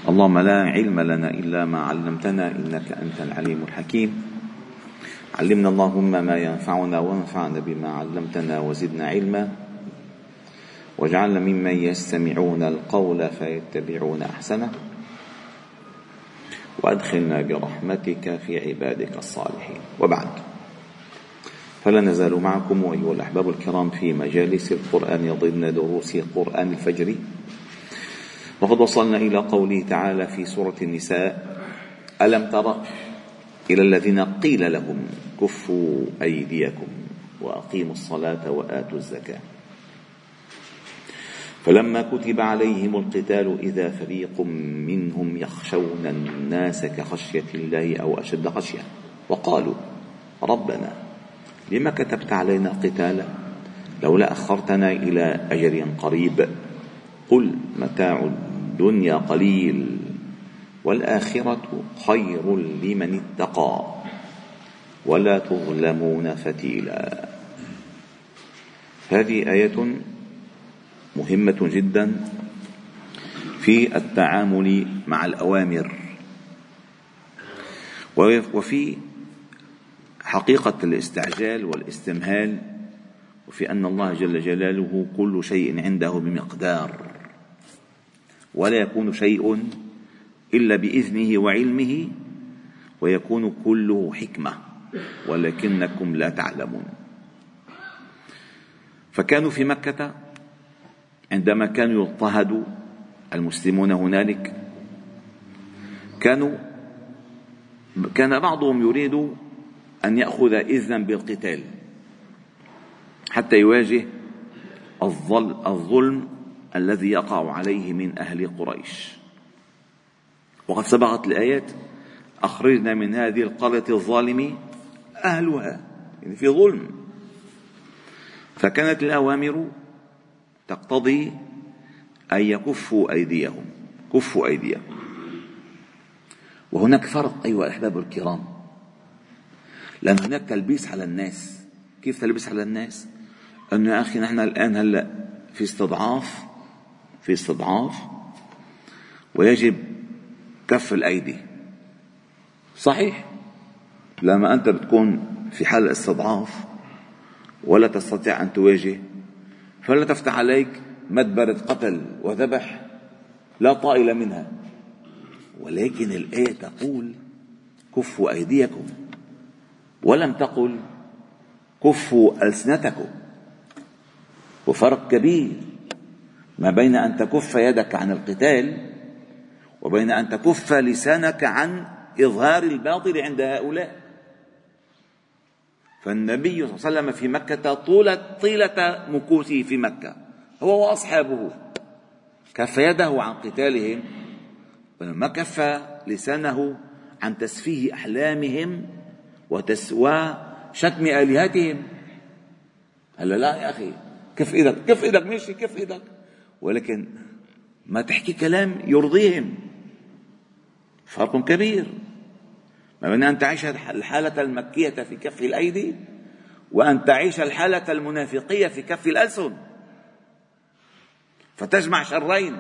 اللهم لا علم لنا إلا ما علمتنا إنك أنت العليم الحكيم. علمنا اللهم ما ينفعنا وانفعنا بما علمتنا وزدنا علما، واجعلنا ممن يستمعون القول فيتبعون أحسنه، وأدخلنا برحمتك في عبادك الصالحين. وبعد، فلا نزال معكم أيها الأحباب الكرام في مجالس القرآن ضمن دروس قرآن الفجر، وقد وصلنا إلى قوله تعالى في سورة النساء: ألم تر إلى الذين قيل لهم كفوا أيديكم وأقيموا الصلاة وآتوا الزكاة فلما كتب عليهم القتال إذا فريق منهم يخشون الناس كخشية الله أو أشد خشية وقالوا ربنا لما كتبت علينا القتال لولا أخرتنا إلى أجل قريب قل متاع الدنيا قليل والآخرة خير لمن اتقى ولا تظلمون فتيلا. هذه آية مهمة جدا في التعامل مع الأوامر، وفي حقيقة الاستعجال والاستمهال، وفي أن الله جل جلاله كل شيء عنده بمقدار، ولا يكون شيء إلا بإذنه وعلمه، ويكون كله حكمة ولكنكم لا تعلمون. فكانوا في مكة عندما كانوا يضطهد المسلمون هنالك، كان بعضهم يريد أن يأخذ إذنا بالقتال حتى يواجه الظلم الذي يقع عليه من أهل قريش. وقد سبقت الآيات: أخرجنا من هذه القرية الظالم أهلها، يعني في ظلم. فكانت الأوامر تقتضي أن يكفوا أيديهم، كفوا أيديهم. وهناك فرق أيها الأحباب الكرام، لأن هناك تلبيس على الناس. كيف تلبيس على الناس؟ أنه يا أخي نحن الآن هلأ في استضعاف ويجب كف الأيدي. صحيح، لما أنت بتكون في حال استضعاف ولا تستطيع أن تواجه، فلا تفتح عليك مدبرة قتل وذبح لا طائل منها. ولكن الآية تقول كفوا أيديكم، ولم تقل كفوا ألسنتكم. وفرق كبير ما بين أن تكف يدك عن القتال وبين أن تكف لسانك عن إظهار الباطل عند هؤلاء. فالنبي صلى الله عليه وسلم في مكة طيلة مكوثه في مكة هو وأصحابه كف يده عن قتالهم، وما كف لسانه عن تسفيه أحلامهم وشتم آلهتهم. هلا لا يا أخي، كف إيدك ماشي، كف إيدك، ولكن ما تحكي كلام يرضيهم. فرق كبير ما بين أن تعيش الحالة المكية في كف الأيدي وأن تعيش الحالة المنافقية في كف الألسن، فتجمع شرين،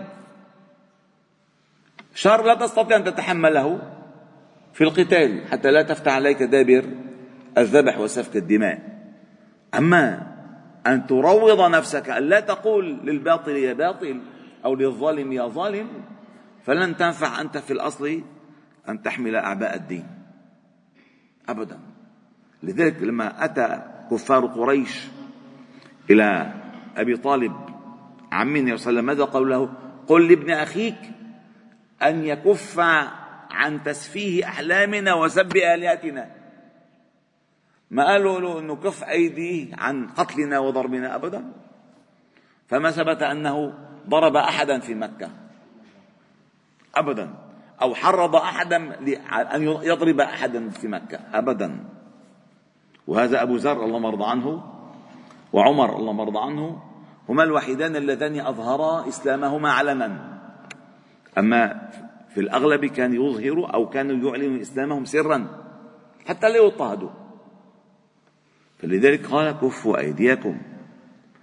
شر لا تستطيع أن تتحمله في القتال حتى لا تفتح عليك دابر الذبح وسفك الدماء. أما أن تروض نفسك أن لا تقول للباطل يا باطل أو للظالم يا ظالم، فلن تنفع أنت في الأصل أن تحمل أعباء الدين أبدا. لذلك لما أتى كفار قريش إلى أبي طالب عم النبي صلى الله عليه وسلم، ماذا قالوا له؟ قل لابن أخيك أن يكف عن تسفيه أحلامنا وسب آلهتنا. ما قالوا له أنه كف أيديه عن قتلنا وضربنا أبدا. فما ثبت أنه ضرب أحدا في مكة أبدا، أو حرض أحدا أن يضرب أحدا في مكة أبدا. وهذا أبو ذر اللهم ارضى عنه وعمر اللهم ارضى عنه هما الوحيدان اللذان أظهرا إسلامهما علنا. أما في الأغلب كان يظهر أو كانوا يعلنوا إسلامهم سرا حتى لا يضطهدوا. فلذلك قال كفوا أيديكم.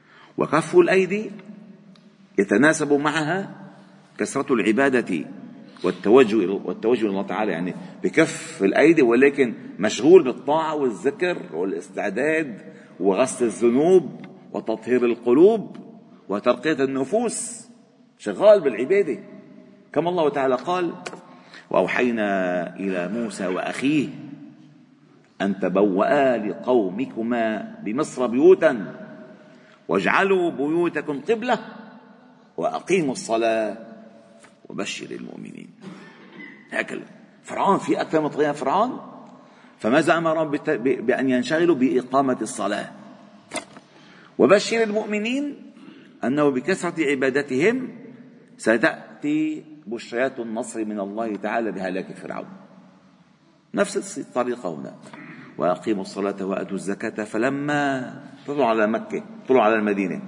وكف الأيدي يتناسب معها كثرة العبادة والتوجه إلى الله تعالى، يعني بكف الأيدي، ولكن مشغول بالطاعة والذكر والاستعداد وغسل الذنوب وتطهير القلوب وترقية النفوس، شغال بالعبادة. كما الله تعالى قال: وأوحينا إلى موسى وأخيه أن تبوأ لقومكما بمصر بيوتا واجعلوا بيوتكم قبلة وأقيموا الصلاة وبشر المؤمنين. هكذا فرعون في أكثر من طريقة فرعون، فماذا أمرهم؟ بأن ينشغلوا بإقامة الصلاة. وبشر المؤمنين أنه بكثرة عبادتهم ستأتي بشريات النصر من الله تعالى بهلاك فرعون. نفس الطريقة هنا: وأقيموا الصلاة وآتوا الزكاة. فلما طلعوا على مكة، طلعوا على المدينة،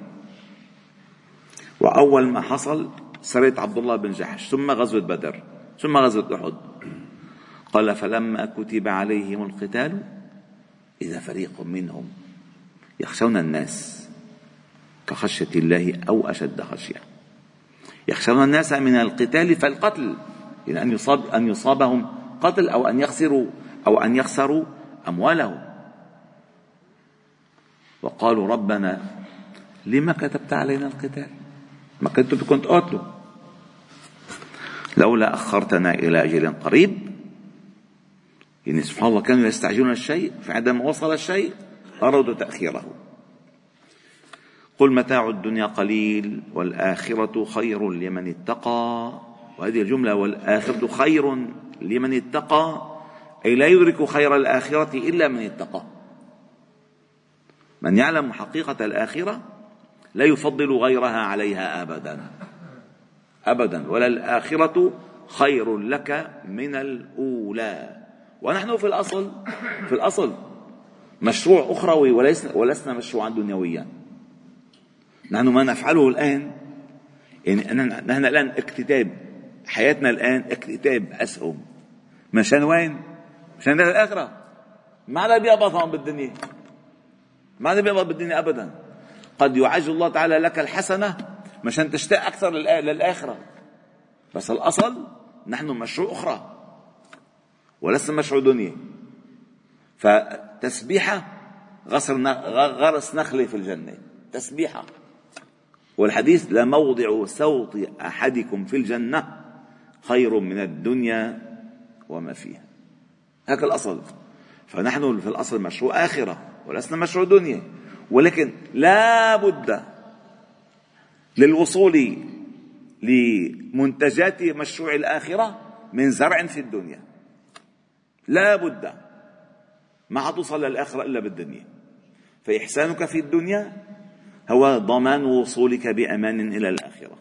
وأول ما حصل سرية عبد الله بن جحش، ثم غزوة بدر، ثم غزوة أحد، قال: فلما كتب عليهم القتال إذا فريق منهم يخشون الناس كخشية الله أو أشد خشية. يخشون الناس من القتال فالقتل، يعني أن يصابهم قتل أو أن يخسروا أموالهم. وقالوا: ربنا لما كتبت علينا القتال؟ ما كنتم بكم تقاتلوا، لولا أخرتنا إلى أجل قريب. يعني سبحان الله، كانوا يستعجلون الشيء، فعندما وصل الشيء أرادوا تأخيره. قل متاع الدنيا قليل والآخرة خير لمن اتقى. وهذه الجملة والآخرة خير لمن اتقى أي لا يدرك خير الآخرة إلا من اتقى. من يعلم حقيقة الآخرة لا يفضل غيرها عليها أبدا، ولا الآخرة خير لك من الأولى. ونحن في الأصل مشروع أخروي ولسنا مشروعا دنيويا. نحن ما نفعله الآن، يعني نحن الآن اكتتاب حياتنا، الآن اكتتاب أسهم. مشان وين؟ مشان الآخرة. ما عاد بيقبضهم بالدنيا، ما عاد بيقبض بالدنيا أبدا. قد يعجل الله تعالى لك الحسنة مشان تشتاق أكثر للآخرة، بس الأصل نحن مشروع أخرى ولسنا مشروع دنيا. فتسبيحة غرس نخلة في الجنة، تسبيحة. والحديث: لموضع صوت أحدكم في الجنة خير من الدنيا وما فيها. هذا الأصل. فنحن في الأصل مشروع آخرة ولسنا مشروع دنيا، ولكن لا بد للوصول لمنتجات مشروع الآخرة من زرع في الدنيا. لا بد، ما حتصل للآخرة إلا بالدنيا. فإحسانك في الدنيا هو ضمان وصولك بأمان إلى الآخرة.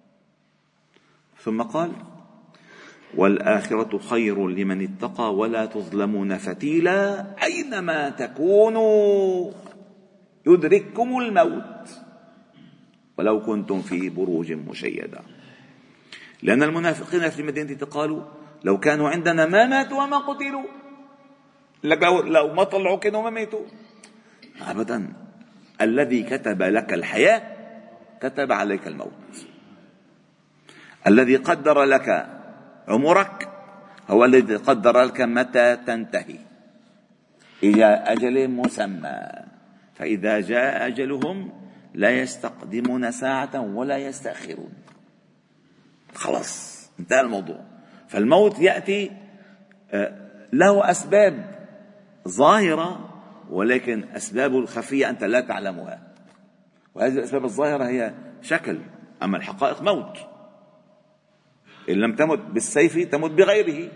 ثم قال: والآخرة خير لمن اتقى ولا تظلمون فتيلا أينما تكونوا يدرككم الموت ولو كنتم في بروج مشيدة. لأن المنافقين في المدينة قالوا: لو كانوا عندنا ما ماتوا وما قتلوا. لو ما طلعوا كانوا ما ماتوا. أبدا، الذي كتب لك الحياة كتب عليك الموت. الذي قدر لك عمرك هو الذي قدر لك متى تنتهي، إلى أجل مسمى. فإذا جاء أجلهم لا يستقدمون ساعة ولا يستأخرون. خلاص انتهى الموضوع. فالموت يأتي له أسباب ظاهرة، ولكن أسبابه الخفية أنت لا تعلمها. وهذه الأسباب الظاهرة هي شكل، أما الحقائق موت. إن لم تمت بالسيف تمت بغيره،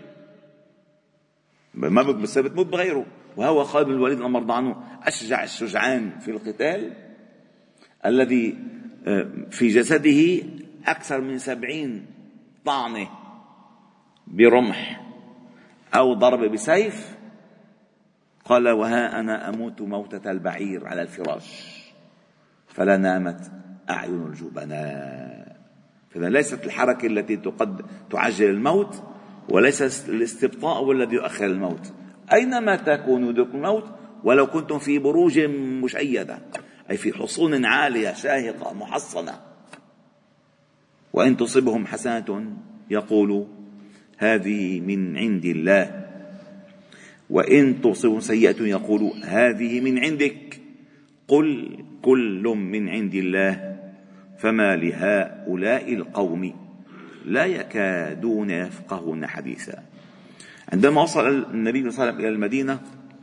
ما بموت بالسيف تموت بغيره. وهو خالد بن الوليد رضي الله عنه أشجع الشجعان في القتال، الذي في جسده أكثر من 70 طعنة برمح أو ضرب بسيف. قال: وها أنا أموت موتة البعير على الفراش فلا نامت أعين الجبناء. فإذا ليست الحركة التي تعجل الموت، وليس الاستبطاء والذي يؤخر الموت. أينما تكونوا يدرككم الموت ولو كنتم في بروج مشيدة، أي في حصون عالية شاهقة محصنة. وإن تصبهم حسنة يقولوا هذه من عند الله، وإن تصب سيئة يقول هذه من عندك، قل كل من عند الله، فما لهؤلاء القوم لا يكادون يفقهون حديثا. عندما وصل النبي صلى الله عليه وسلم إلى المدينة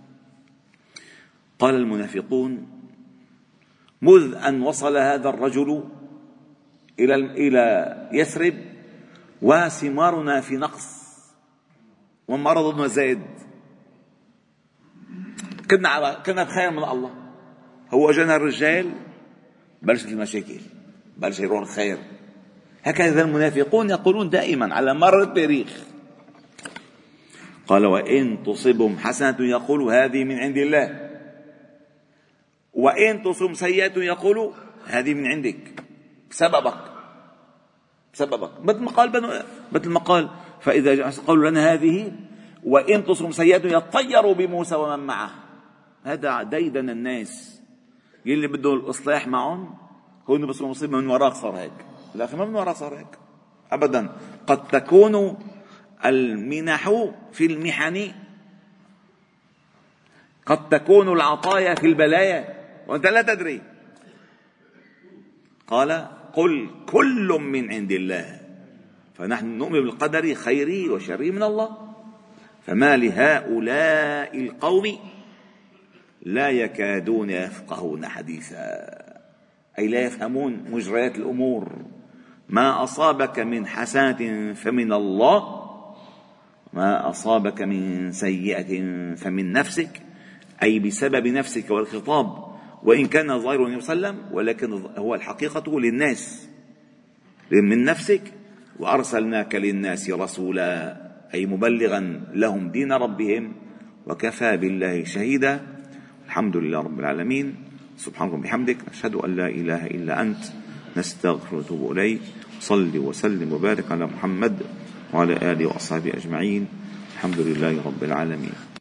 قال المنافقون: مذ أن وصل هذا الرجل إلى يثرب وثمارنا في نقص ومرض وزاد، كنا بخير من الله. هو جانا الرجال بلشت المشاكل، بلش يروح الخير. هكذا المنافقون يقولون دائما على مر التاريخ. قال: وإن تصبهم حسنة يقول هذه من عند الله، وإن تصب سيئة يقول هذه من عندك بسببك مثل ما قال فإذا قالوا لنا هذه، وإن تصب سيئة يطيروا بموسى ومن معه. هذا ديدن الناس يلي بده الإصلاح معهم، هو إنه بس مصيبة من وراك صار هيك. لا، ما من وراك صار هيك أبدا. قد تكون المنح في المحن، قد تكون العطايا في البلايا وأنت لا تدري. قال: قل كل من عند الله، فنحن نؤمن بالقدر خيره وشره من الله. فما لهؤلاء القوم لا يكادون يفقهون حديثا، أي لا يفهمون مجريات الأمور. ما أصابك من حسنة فمن الله، ما أصابك من سيئة فمن نفسك، أي بسبب نفسك. والخطاب وإن كان ظاهر النبي صلى الله عليه وسلم، ولكن هو الحقيقة للناس، من نفسك. وأرسلناك للناس رسولا، أي مبلغا لهم دين ربهم، وكفى بالله شهيدا. الحمد لله رب العالمين. سبحانك وبحمدك، نشهد أن لا إله إلا أنت، نستغفر ونتوب إليك. صل وسلم وبارك على محمد وعلى آله وأصحابه أجمعين. الحمد لله رب العالمين.